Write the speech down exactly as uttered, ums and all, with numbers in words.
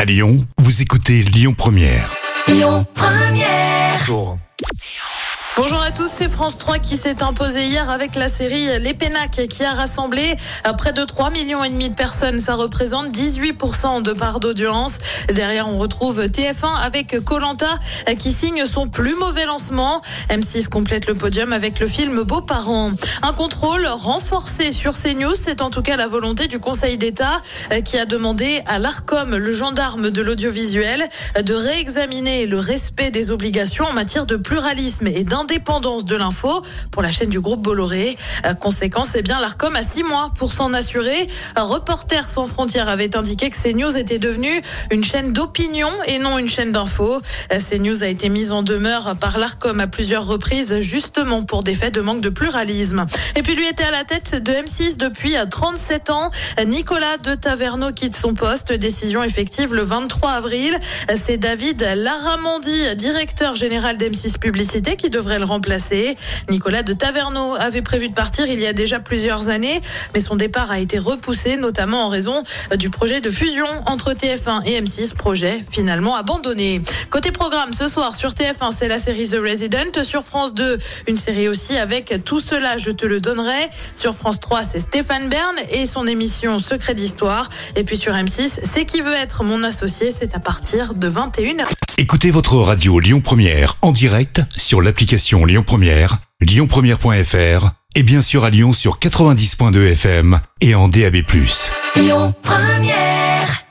À Lyon, vous écoutez Lyon Première. Lyon Première. Bonjour. Bonjour à tous, c'est France trois qui s'est imposé hier avec la série Les Pénacs qui a rassemblé près de trois virgule cinq millions de personnes. Ça représente dix-huit pour cent de part d'audience. Derrière, on retrouve T F un avec Koh-Lanta qui signe son plus mauvais lancement. M six complète le podium avec le film Beaux-parents. Un contrôle renforcé sur CNews, c'est en tout cas la volonté du Conseil d'État qui a demandé à l'Arcom, le gendarme de l'audiovisuel, de réexaminer le respect des obligations en matière de pluralisme et d'indépendance de l'info pour la chaîne du groupe Bolloré. Conséquence, eh bien, l'Arcom a six mois pour s'en assurer. Reporters sans frontières avait indiqué que CNews était devenue une chaîne d'opinion et non une chaîne d'info. CNews a été mise en demeure par l'Arcom à plusieurs reprises, justement pour des faits de manque de pluralisme. Et puis lui était à la tête de M six depuis trente-sept ans. Nicolas de Taverneau quitte son poste. Décision effective le vingt-trois avril. C'est David Larramendy, directeur général d'M six Publicité, qui devrait le remplacer. Nicolas de Taverneau avait prévu de partir il y a déjà plusieurs années, mais son départ a été repoussé, notamment en raison du projet de fusion entre T F un et M six, projet finalement abandonné. Côté programme, ce soir sur T F un, c'est la série The Resident. Sur France deux, une série aussi avec Tout cela, je te le donnerai. Sur France trois, c'est Stéphane Bern et son émission Secret d'Histoire. Et puis sur M six, c'est Qui veut être mon associé, c'est à partir de vingt et une heures. Écoutez votre radio Lyon Première en direct sur l'application Lyon Première, lyon première point f r et bien sûr à Lyon sur quatre-vingt-dix virgule deux F M et en D A B plus. Lyon Première.